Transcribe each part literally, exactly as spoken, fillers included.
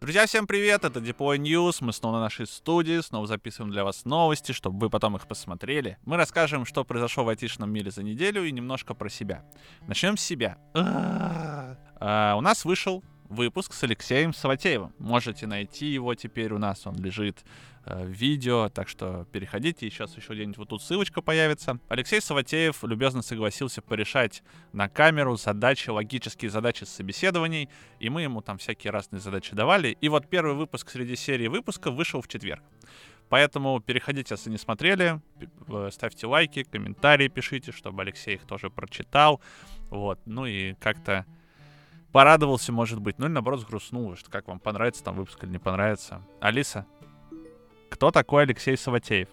Друзья, всем привет, это Depoy News, мы снова на нашей студии, снова записываем для вас новости, чтобы вы потом их посмотрели. Мы расскажем, что произошло в айтишном мире за неделю и немножко про себя. Начнем с себя. А, у нас вышел выпуск с Алексеем Саватеевым. Можете найти его теперь у нас, он лежит э, в видео, так что переходите, сейчас еще где-нибудь вот тут ссылочка появится. Алексей Саватеев любезно согласился порешать на камеру задачи, логические задачи с собеседований, и мы ему там всякие разные задачи давали. И вот первый выпуск среди серии выпусков вышел в четверг. Поэтому переходите, если не смотрели, ставьте лайки, комментарии пишите, чтобы Алексей их тоже прочитал. Вот, ну и как-то порадовался, может быть, ну или наоборот сгрустнул, что как вам понравится там выпуск или не понравится. Алиса, кто такой Алексей Саватеев?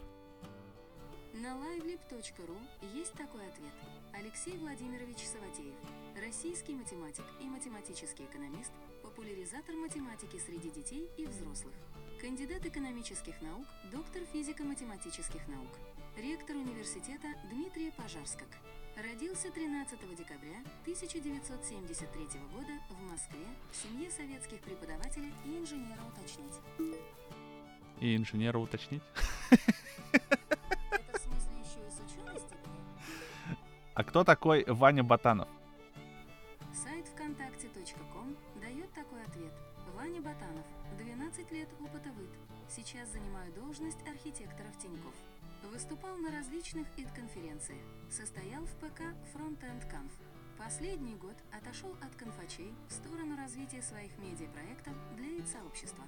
На лайвлип точка ру есть такой ответ. Алексей Владимирович Саватеев, российский математик и математический экономист, популяризатор математики среди детей и взрослых, кандидат экономических наук, доктор физико-математических наук, ректор университета Дмитрия Пожарскак. Родился тринадцатого декабря тысяча девятьсот семьдесят третьего года в Москве в семье советских преподавателей и инженера уточнить. И инженера уточнить? Это в смысле еще и с ученой степени? А кто такой Ваня Ботанов? Сайт вконтакте точка ком дает такой ответ. Ваня Ботанов, двенадцать лет опыта ВЫТ. Сейчас занимаю должность архитектора в Тинькофф. Выступал на различных ид-конференциях. Состоял в ПК Frontend Conf. Последний год отошел от конфачей в сторону развития своих медиапроектов для ид-сообщества.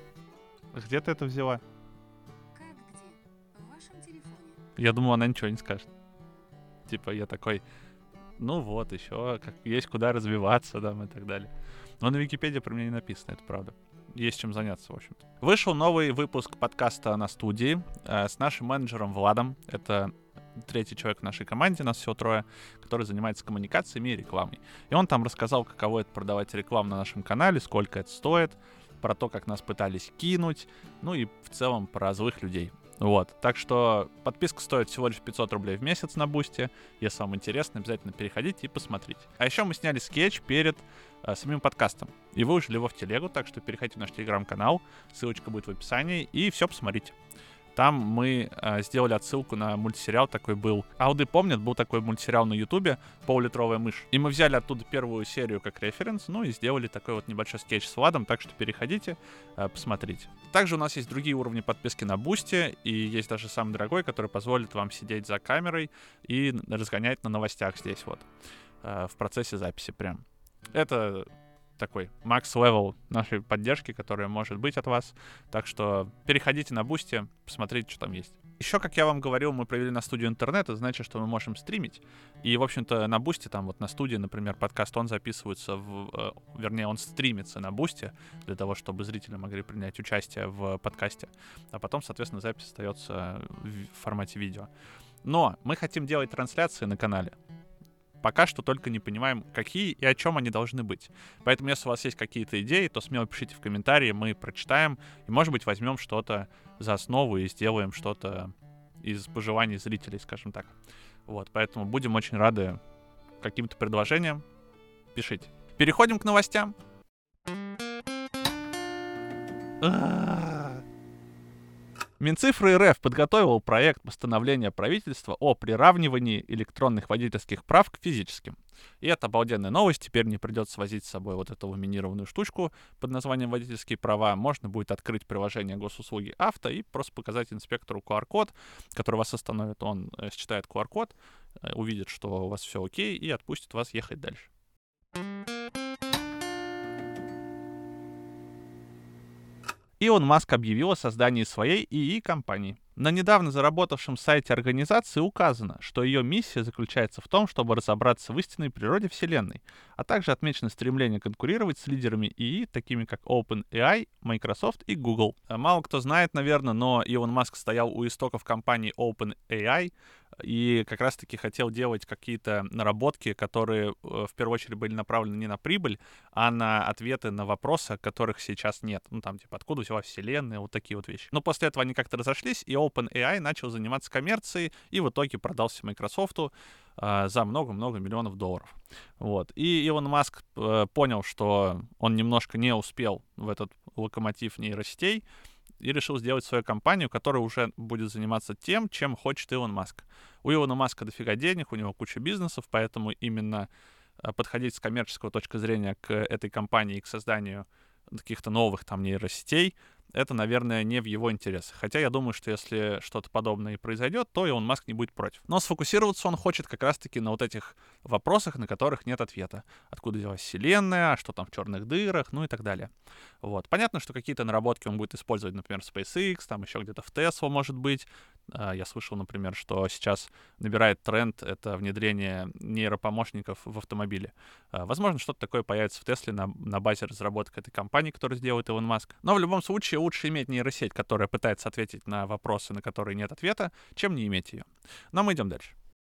Где ты это взяла? Как где? В вашем телефоне. Я думал, она ничего не скажет. Типа я такой, ну вот, еще как есть куда развиваться, да, и так далее. Но на Википедии про меня не написано, это правда. Есть чем заняться, в общем-то. Вышел новый выпуск подкаста на студии э, с нашим менеджером Владом. Это третий человек в нашей команде, нас всего трое, который занимается коммуникациями и рекламой. И он там рассказал, каково это продавать рекламу на нашем канале, сколько это стоит, про то, как нас пытались кинуть, ну и в целом про злых людей. Вот, так что подписка стоит всего лишь пятьсот рублей в месяц на Бусти. Если вам интересно, обязательно переходите и посмотрите. А еще мы сняли скетч перед э, самим подкастом. И выложили его в телегу, так что переходите в наш телеграм-канал. Ссылочка будет в описании. И все посмотрите. Там мы э, сделали отсылку на мультсериал, такой был. Ауды помнят, был такой мультсериал на Ютубе «Полулитровая мышь». И мы взяли оттуда первую серию как референс, ну и сделали такой вот небольшой скетч с Владом, так что переходите, э, посмотрите. Также у нас есть другие уровни подписки на Бусти, и есть даже самый дорогой, который позволит вам сидеть за камерой и разгонять на новостях здесь вот, э, в процессе записи прям. Это такой макс-левел нашей поддержки, которая может быть от вас. Так что переходите на Бусти, посмотрите, что там есть. Еще, как я вам говорил, мы провели на студию интернет, это значит, что мы можем стримить. И, в общем-то, на Бусти, там вот на студии, например, подкаст, он записывается, в, э, вернее, он стримится на Бусти, для того, чтобы зрители могли принять участие в подкасте. А потом, соответственно, запись остается в формате видео. Но мы хотим делать трансляции на канале. Пока что только не понимаем, какие и о чем они должны быть. Поэтому, если у вас есть какие-то идеи, то смело пишите в комментарии, мы прочитаем. И, может быть, возьмем что-то за основу и сделаем что-то из пожеланий зрителей, скажем так. Вот, поэтому будем очень рады каким-то предложениям. Пишите. Переходим к новостям. Минцифры РФ подготовил проект постановления правительства о приравнивании электронных водительских прав к физическим. И это обалденная новость. Теперь не придется возить с собой вот эту ламинированную штучку под названием водительские права. Можно будет открыть приложение госуслуги авто и просто показать инспектору ку ар-код, который вас остановит. Он э, считает ку ар-код, э, увидит, что у вас все окей, и отпустит вас ехать дальше. Илон Маск объявил о создании своей ИИ-компании. На недавно заработавшем сайте организации указано, что ее миссия заключается в том, чтобы разобраться в истинной природе Вселенной, а также отмечено стремление конкурировать с лидерами ИИ, такими как OpenAI, Microsoft и Google. Мало кто знает, наверное, но Илон Маск стоял у истоков компании OpenAI и как раз-таки хотел делать какие-то наработки, которые в первую очередь были направлены не на прибыль, а на ответы на вопросы, которых сейчас нет. Ну там типа откуда взялась Вселенная, вот такие вот вещи. Но после этого они как-то разошлись, и OpenAI начал заниматься коммерцией и в итоге продался Microsoftу э, за много-много миллионов долларов. Вот. И Илон Маск э, понял, что он немножко не успел в этот локомотив нейросетей, и решил сделать свою компанию, которая уже будет заниматься тем, чем хочет Илон Маск. У Илона Маска дофига денег, у него куча бизнесов, поэтому именно подходить с коммерческого точки зрения к этой компании и к созданию каких-то новых там нейросетей, это, наверное, не в его интересах. Хотя я думаю, что если что-то подобное и произойдет, то Илон Маск не будет против. Но сфокусироваться он хочет как раз-таки на вот этих вопросах, на которых нет ответа. Откуда взялась Вселенная, что там в черных дырах, ну и так далее. Вот. Понятно, что какие-то наработки он будет использовать, например, в SpaceX, там еще где-то в Tesla, может быть. Я слышал, например, что сейчас набирает тренд это внедрение нейропомощников в автомобиле. Возможно, что-то такое появится в Тесле на, на базе разработок этой компании, которую сделает Илон Маск. Но в любом случае лучше иметь нейросеть, которая пытается ответить на вопросы, на которые нет ответа, чем не иметь ее. Но мы идем дальше.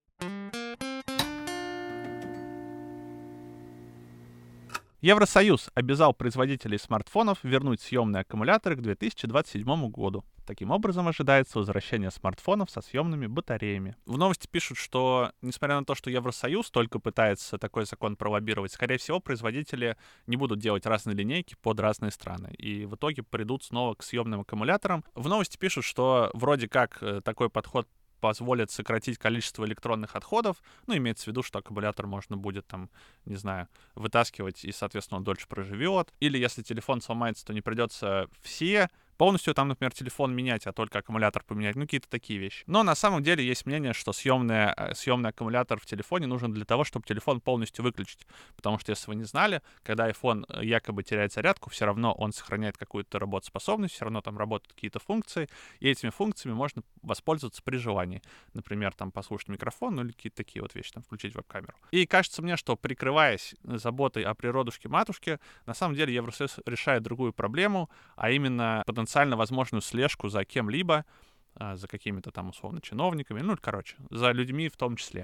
Евросоюз обязал производителей смартфонов вернуть съемные аккумуляторы к две тысячи двадцать седьмому году. Таким образом, ожидается возвращение смартфонов со съемными батареями. В новости пишут, что, несмотря на то, что Евросоюз только пытается такой закон пролоббировать, скорее всего, производители не будут делать разные линейки под разные страны. И в итоге придут снова к съемным аккумуляторам. В новости пишут, что вроде как такой подход позволит сократить количество электронных отходов, ну, имеется в виду, что аккумулятор можно будет там, не знаю, вытаскивать, и, соответственно, он дольше проживет. Или если телефон сломается, то не придется все полностью там, например, телефон менять, а только аккумулятор поменять, ну, какие-то такие вещи. Но на самом деле есть мнение, что съемный, съемный аккумулятор в телефоне нужен для того, чтобы телефон полностью выключить. Потому что, если вы не знали, когда iPhone якобы теряет зарядку, все равно он сохраняет какую-то работоспособность, все равно там работают какие-то функции, и этими функциями можно воспользоваться при желании. Например, там послушать микрофон, ну, или какие-то такие вот вещи, там, включить веб-камеру. И кажется мне, что, прикрываясь заботой о природушке-матушке, на самом деле Евросоюз решает другую проблему, а именно потенциально возможную слежку за кем-либо, за какими-то там условно чиновниками, ну, короче, за людьми в том числе.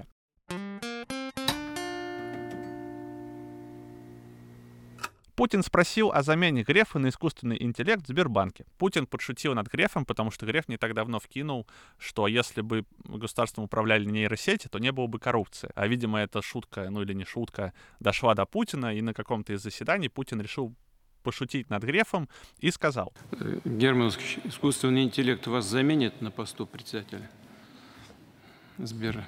Путин спросил о замене Грефа на искусственный интеллект в Сбербанке. Путин подшутил над Грефом, потому что Греф не так давно вкинул, что если бы государством управляли нейросети, то не было бы коррупции. А, видимо, эта шутка, ну или не шутка, дошла до Путина, и на каком-то из заседаний Путин решил пошутить над Грефом и сказал: Герман Оскарович, искусственный интеллект вас заменит на посту председателя Сбера?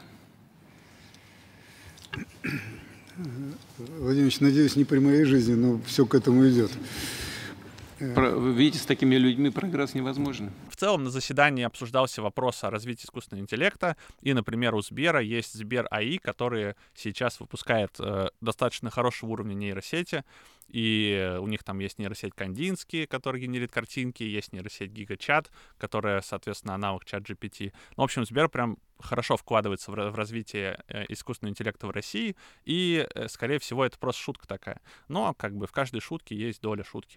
Владимир Ильич, надеюсь, не при моей жизни, но все к этому идет. Про, вы видите, с такими людьми прогресс невозможен. В целом на заседании обсуждался вопрос о развитии искусственного интеллекта, и, например, у Сбера есть Сбер эй ай, который сейчас выпускает э, достаточно хорошего уровня нейросети, и у них там есть нейросеть Кандинский, который генерит картинки, есть нейросеть GigaChat, которая, соответственно, аналог ChatGPT. Ну, в общем, Сбер прям хорошо вкладывается в, в развитие э, искусственного интеллекта в России, и, э, скорее всего, это просто шутка такая. Но, как бы, в каждой шутке есть доля шутки.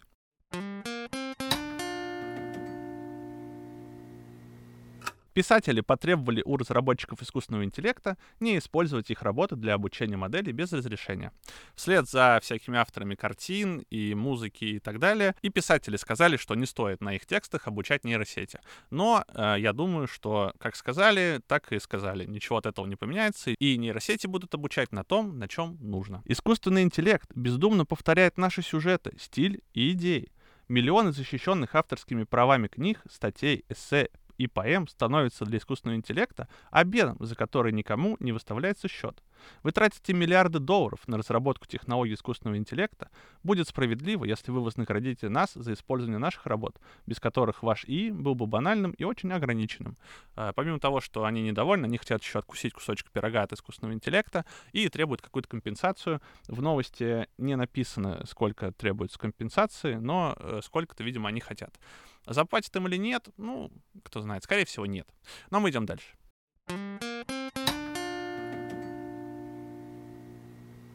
Писатели потребовали у разработчиков искусственного интеллекта не использовать их работы для обучения моделей без разрешения. Вслед за всякими авторами картин и музыки и так далее, и писатели сказали, что не стоит на их текстах обучать нейросети. Но э, я думаю, что как сказали, так и сказали. Ничего от этого не поменяется, и нейросети будут обучать на том, на чем нужно. Искусственный интеллект бездумно повторяет наши сюжеты, стиль и идеи. Миллионы защищенных авторскими правами книг, статей, эссе и поэм становятся для искусственного интеллекта обедом, за который никому не выставляется счет. Вы тратите миллиарды долларов на разработку технологий искусственного интеллекта. Будет справедливо, если вы вознаградите нас за использование наших работ, без которых ваш ИИ был бы банальным и очень ограниченным. А, помимо того, что они недовольны, они хотят еще откусить кусочек пирога от искусственного интеллекта и требуют какую-то компенсацию. В новости не написано, сколько требуется компенсации, но э, сколько-то, видимо, они хотят. Заплатят им или нет? Ну, кто знает. Скорее всего, нет. Но мы идем дальше.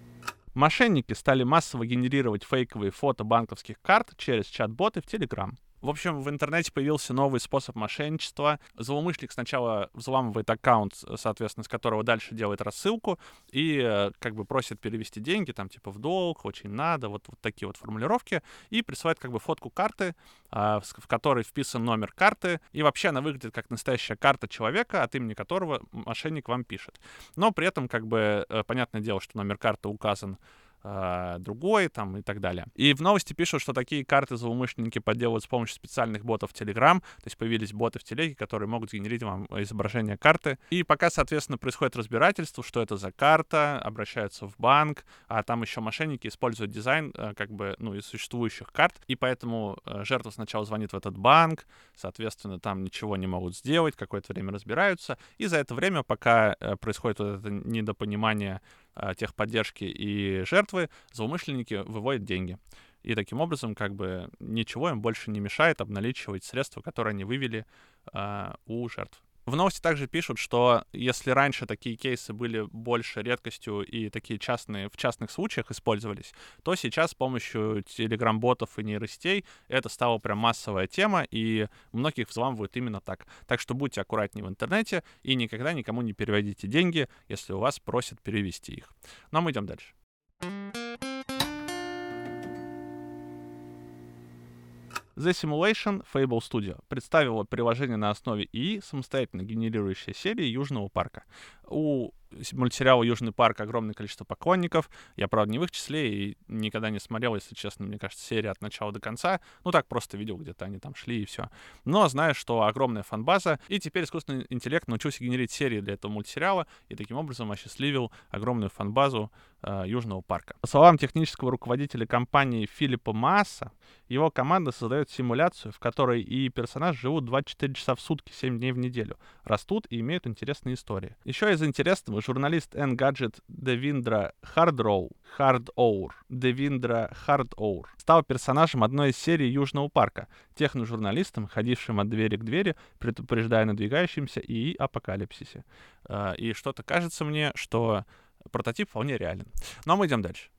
Мошенники стали массово генерировать фейковые фото банковских карт через чат-боты в Telegram. В общем, в интернете появился новый способ мошенничества. Злоумышленник сначала взламывает аккаунт, соответственно, с которого дальше делает рассылку и э, как бы просит перевести деньги, там типа в долг, очень надо, вот, вот такие вот формулировки, и присылает как бы фотку карты, э, в, в которой вписан номер карты, и вообще она выглядит как настоящая карта человека, от имени которого мошенник вам пишет. Но при этом как бы э, понятное дело, что номер карты указан другой, там, и так далее. И в новости пишут, что такие карты злоумышленники подделывают с помощью специальных ботов Telegram, то есть появились боты в телеге, которые могут генерить вам изображение карты. И пока, соответственно, происходит разбирательство, что это за карта, обращаются в банк, а там еще мошенники используют дизайн, как бы, ну, из существующих карт, и поэтому жертва сначала звонит в этот банк, соответственно, там ничего не могут сделать, какое-то время разбираются, и за это время, пока происходит вот это недопонимание техподдержки и жертвы, злоумышленники выводят деньги. И таким образом, как бы, ничего им больше не мешает обналичивать средства, которые они вывели э, у жертв. В новости также пишут, что если раньше такие кейсы были больше редкостью и такие частные, в частных случаях использовались, то сейчас с помощью телеграм-ботов и нейросетей это стала прям массовая тема, и многих взламывают именно так. Так что будьте аккуратнее в интернете и никогда никому не переводите деньги, если у вас просят перевести их. Ну а мы идем дальше. The Simulation Fable Studio представила приложение на основе ИИ, самостоятельно генерирующее серии Южного парка. У мультсериала «Южный парк» огромное количество поклонников. Я, правда, не в их числе и никогда не смотрел, если честно, мне кажется, серия от начала до конца. Ну, так просто видел, где-то они там шли и все. Но знаю, что огромная фан-база, и теперь искусственный интеллект научился генерить серии для этого мультсериала и таким образом осчастливил огромную фан-базу э, Южного парка. По словам технического руководителя компании Филиппа Мааса, его команда создает симуляцию, в которой и персонажи живут двадцать четыре часа в сутки, семь дней в неделю, растут и имеют интересные истории. Еще из интересного, журналист Engadget Девиндра Хардроу, Хардоур, Девиндра Хардоур стал персонажем одной из серий Южного парка, техножурналистом, ходившим от двери к двери, предупреждая о надвигающемся ИИ апокалипсисе. И что-то кажется мне, что прототип вполне реален. Но мы идем дальше.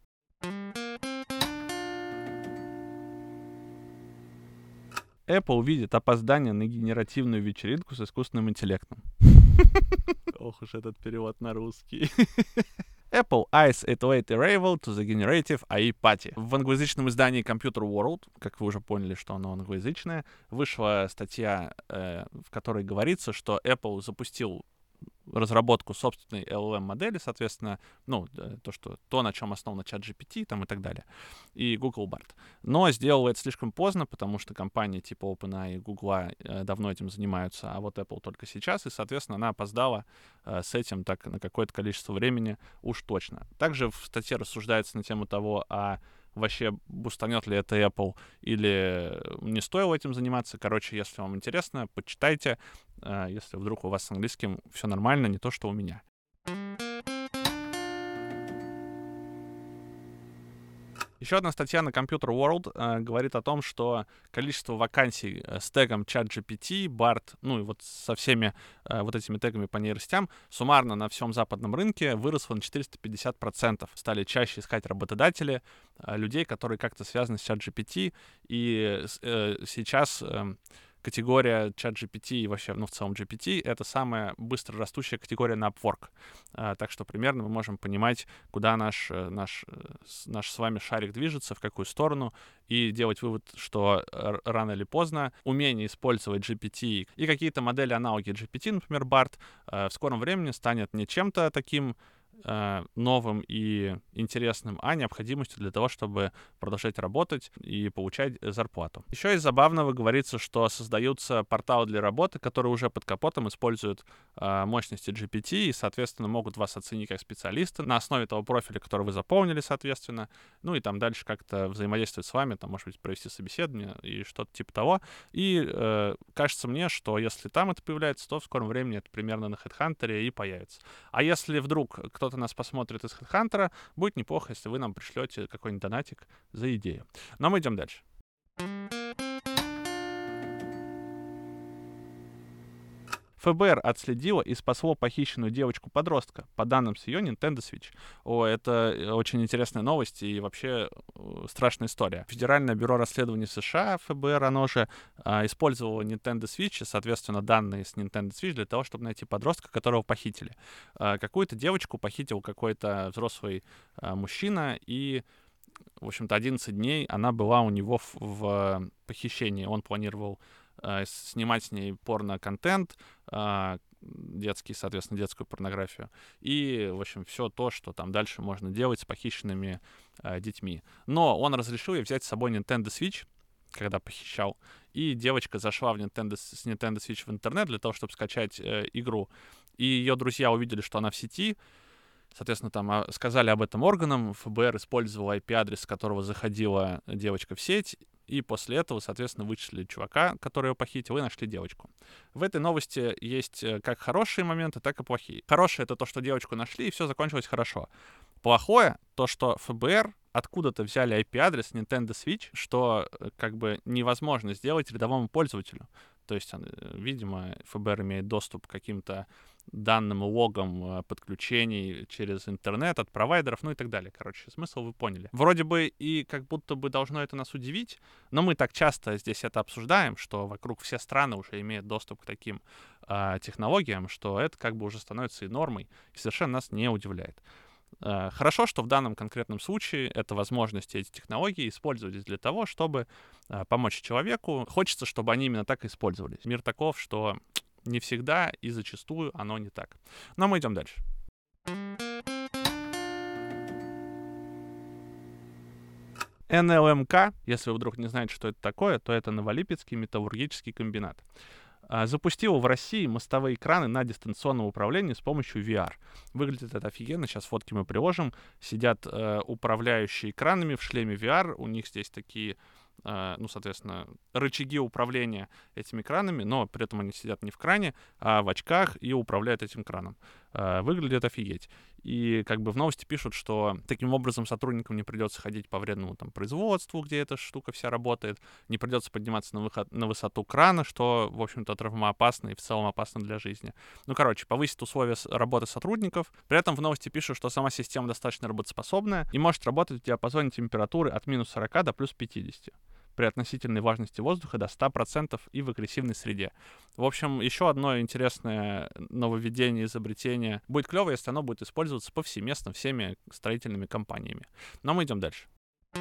Apple видит опоздание на генеративную вечеринку с искусственным интеллектом. Ох уж этот перевод на русский. Apple eyes a late arrival to the generative эй ай party. В англоязычном издании Computer World, как вы уже поняли, что оно англоязычное, вышла статья, э, в которой говорится, что Apple запустил разработку собственной эл эл эм-модели, соответственно, ну, то, что, то, на чем основан чат джи пи ти там, и так далее, и Google Bard. Но сделал это слишком поздно, потому что компании типа OpenAI и Google э, давно этим занимаются, а вот Apple только сейчас, и, соответственно, она опоздала э, с этим так на какое-то количество времени уж точно. Также в статье рассуждается на тему того, а вообще бустанет ли это Apple или не стоило этим заниматься. Короче, если вам интересно, почитайте. Если вдруг у вас с английским все нормально, не то, что у меня. Еще одна статья на Computer World э, говорит о том, что количество вакансий э, с тегом чат джи пи ти, Bard, ну и вот со всеми э, вот этими тегами по нейросетям суммарно на всем западном рынке выросло на четыреста пятьдесят процентов. Стали чаще искать работодатели, э, людей, которые как-то связаны с чат джи пи ти, и э, сейчас... Э, категория чат джи пи ти и вообще, ну, в целом джи пи ти — это самая быстро растущая категория на Upwork. А, так что примерно мы можем понимать, куда наш, наш, наш с вами шарик движется, в какую сторону, и делать вывод, что рано или поздно умение использовать джи пи ти и какие-то модели-аналоги джи пи ти, например, Bard, в скором времени станет не чем-то таким новым и интересным, а необходимостью для того, чтобы продолжать работать и получать зарплату. Еще из забавного говорится, что создаются порталы для работы, которые уже под капотом используют э, мощности джи пи ти и, соответственно, могут вас оценить как специалиста на основе того профиля, который вы заполнили, соответственно, ну и там дальше как-то взаимодействовать с вами, там, может быть, провести собеседование и что-то типа того. И э, кажется мне, что если там это появляется, то в скором времени это примерно на HeadHunter и появится. А если вдруг кто-то нас посмотрит из HeadHunter, будет неплохо, если вы нам пришлете какой-нибудь донатик за идею. Но мы идем дальше. эф бэ эр отследило и спасло похищенную девочку-подростка, по данным с ее Nintendo Switch. О, это очень интересная новость и вообще э, страшная история. Федеральное бюро расследований США, эф бэ эр, оно же, э, использовало Nintendo Switch, и, соответственно, данные с Nintendo Switch для того, чтобы найти подростка, которого похитили. Э, какую-то девочку похитил какой-то взрослый э, мужчина, и, в общем-то, одиннадцать дней она была у него в, в похищении. Он планировал э, снимать с ней порно-контент, э, детский, соответственно, детскую порнографию. И, в общем, все то, что там дальше можно делать с похищенными э, детьми. Но он разрешил ей взять с собой Nintendo Switch, когда похищал. И девочка зашла в Nintendo, с Nintendo Switch в интернет для того, чтобы скачать э, игру. И ее друзья увидели, что она в сети. Соответственно, там а, сказали об этом органам. эф бэ эр использовал ай пи-адрес, с которого заходила девочка в сеть. И после этого, соответственно, вычислили чувака, который его похитил, и нашли девочку. В этой новости есть как хорошие моменты, так и плохие. Хорошее — это то, что девочку нашли, и все закончилось хорошо. Плохое — то, что эф бэ эр откуда-то взяли ай пи-адрес Nintendo Switch, что как бы невозможно сделать рядовому пользователю. То есть, видимо, эф бэ эр имеет доступ к каким-то данным, логам подключений через интернет от провайдеров, ну и так далее. Короче, смысл вы поняли. Вроде бы и как будто бы должно это нас удивить, но мы так часто здесь это обсуждаем, что вокруг все страны уже имеют доступ к таким э, технологиям, что это как бы уже становится и нормой, и совершенно нас не удивляет. Э, хорошо, что в данном конкретном случае эта возможность, эти технологии использовались для того, чтобы э, помочь человеку. Хочется, чтобы они именно так и использовались. Мир таков, что не всегда и зачастую оно не так. Но мы идем дальше. эн эл эм ка, если вы вдруг не знаете, что это такое, то это Новолипецкий металлургический комбинат. Запустил в России мостовые краны на дистанционном управлении с помощью ви ар. Выглядит это офигенно, сейчас фотки мы приложим. Сидят э, управляющие кранами в шлеме ви ар, у них здесь такие, э, ну, соответственно, рычаги управления этими кранами, но при этом они сидят не в кране, а в очках и управляют этим краном. Э, выглядит офигеть. И как бы в новости пишут, что таким образом сотрудникам не придется ходить по вредному там производству, где эта штука вся работает, не придется подниматься на, выход, на высоту крана, что, в общем-то, травмоопасно и в целом опасно для жизни. Ну, короче, повысит условия работы сотрудников. При этом в новости пишут, что сама система достаточно работоспособная и может работать в диапазоне температуры от минус сорока до плюс пятидесяти. При относительной влажности воздуха до ста процентов и в агрессивной среде. В общем, еще одно интересное нововведение, изобретение. Будет клево, если оно будет использоваться повсеместно всеми строительными компаниями. Но мы идем дальше.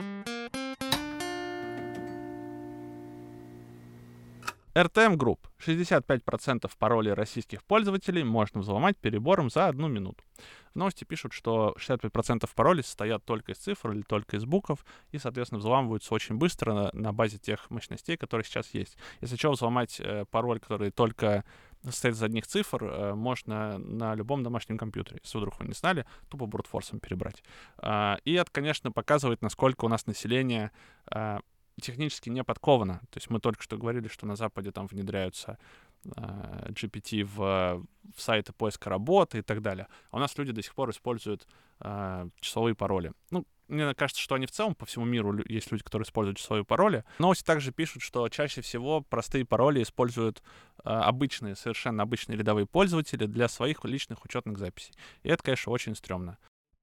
эр тэ эм Group. шестьдесят пять процентов паролей российских пользователей можно взломать перебором за одну минуту. В новости пишут, что шестьдесят пять процентов паролей состоят только из цифр или только из букв, и, соответственно, взламываются очень быстро на, на базе тех мощностей, которые сейчас есть. Если что, взломать э, пароль, который только состоит из одних цифр, э, можно на любом домашнем компьютере. Если вдруг вы не знали, тупо брутфорсом перебрать. Э, и это, конечно, показывает, насколько у нас население э, технически не подковано. То есть мы только что говорили, что на Западе там внедряются э, джи пи ти в, в сайты поиска работы и так далее. А у нас люди до сих пор используют э, числовые пароли. Ну, мне кажется, что они в целом по всему миру есть люди, которые используют числовые пароли. Новости также пишут, что чаще всего простые пароли используют э, обычные, совершенно обычные рядовые пользователи для своих личных учетных записей. И это, конечно, очень стрёмно.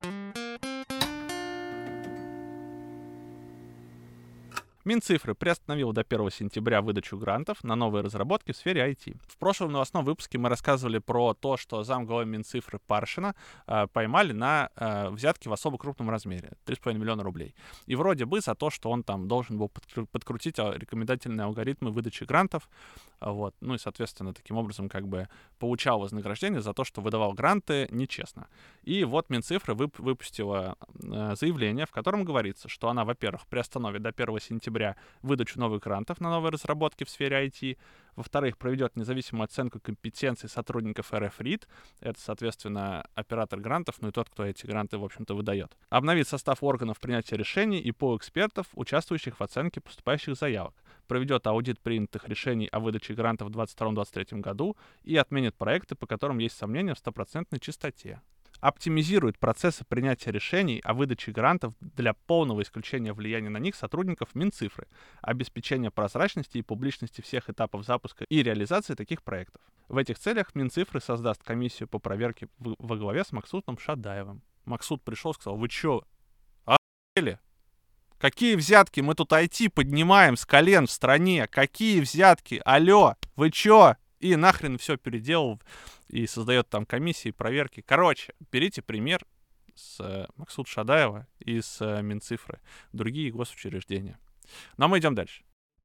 Минцифры приостановил до первого сентября выдачу грантов на новые разработки в сфере ай ти. В прошлом новостном выпуске мы рассказывали про то, что замглавы Минцифры Паршина э, поймали на э, взятки в особо крупном размере — три с половиной миллиона рублей. И вроде бы за то, что он там должен был подкру- подкрутить рекомендательные алгоритмы выдачи грантов, э, вот. Ну и, соответственно, таким образом как бы получал вознаграждение за то, что выдавал гранты нечестно. И вот Минцифры вып- выпустила э, заявление, в котором говорится, что она, во-первых, приостановит до первого сентября выдачу новых грантов на новые разработки в сфере ай ти. Во-вторых, проведет независимую оценку компетенций сотрудников эр эф рит. Это, соответственно, оператор грантов, ну и тот, кто эти гранты, в общем-то, выдает. Обновит состав органов принятия решений и пул экспертов, участвующих в оценке поступающих заявок. Проведет аудит принятых решений о выдаче грантов в двадцать втором — двадцать третьем году и отменит проекты, по которым есть сомнения в стопроцентной чистоте. оптимизирует процессы принятия решений о выдаче грантов для полного исключения влияния на них сотрудников Минцифры, обеспечения прозрачности и публичности всех этапов запуска и реализации таких проектов. В этих целях Минцифры создаст комиссию по проверке в- во главе с Максутом Шадаевым. Максут пришел и сказал: вы чё, охуели? Какие взятки? Мы тут ай ти поднимаем с колен в стране. Какие взятки? Алло, вы чё? И нахрен все переделал и создает там комиссии, проверки. Короче, берите пример с э, Максута Шадаева и с э, Минцифры, другие госучреждения. Но мы идем дальше.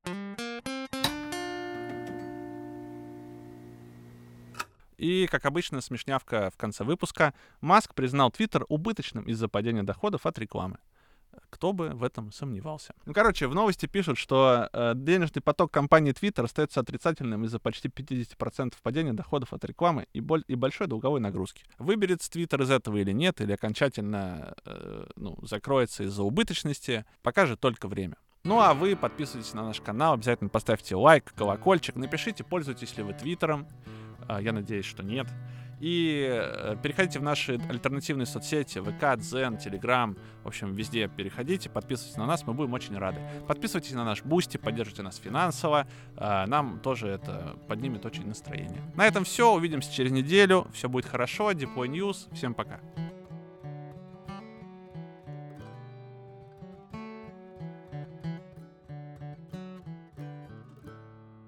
И, как обычно, смешнявка в конце выпуска. Маск признал Твиттер убыточным из-за падения доходов от рекламы. Кто бы в этом сомневался. Ну, короче, в новости пишут, что э, денежный поток компании Twitter остается отрицательным из-за почти пятьдесят процентов падения доходов от рекламы и, боль, и большой долговой нагрузки. Выберется Twitter из этого или нет, или окончательно э, ну, закроется из-за убыточности, покажет только время. Ну а вы подписывайтесь на наш канал, обязательно поставьте лайк, колокольчик, напишите, пользуетесь ли вы Твиттером. Э, я надеюсь, что нет. И э, переходите в наши альтернативные соцсети, ВК, Дзен, Телеграм. В общем, везде переходите, подписывайтесь на нас, мы будем очень рады. Подписывайтесь на наш Бусти, поддержите нас финансово. Э, нам тоже это поднимет очень настроение. На этом все, увидимся через неделю. Все будет хорошо. Deploy News. Всем пока.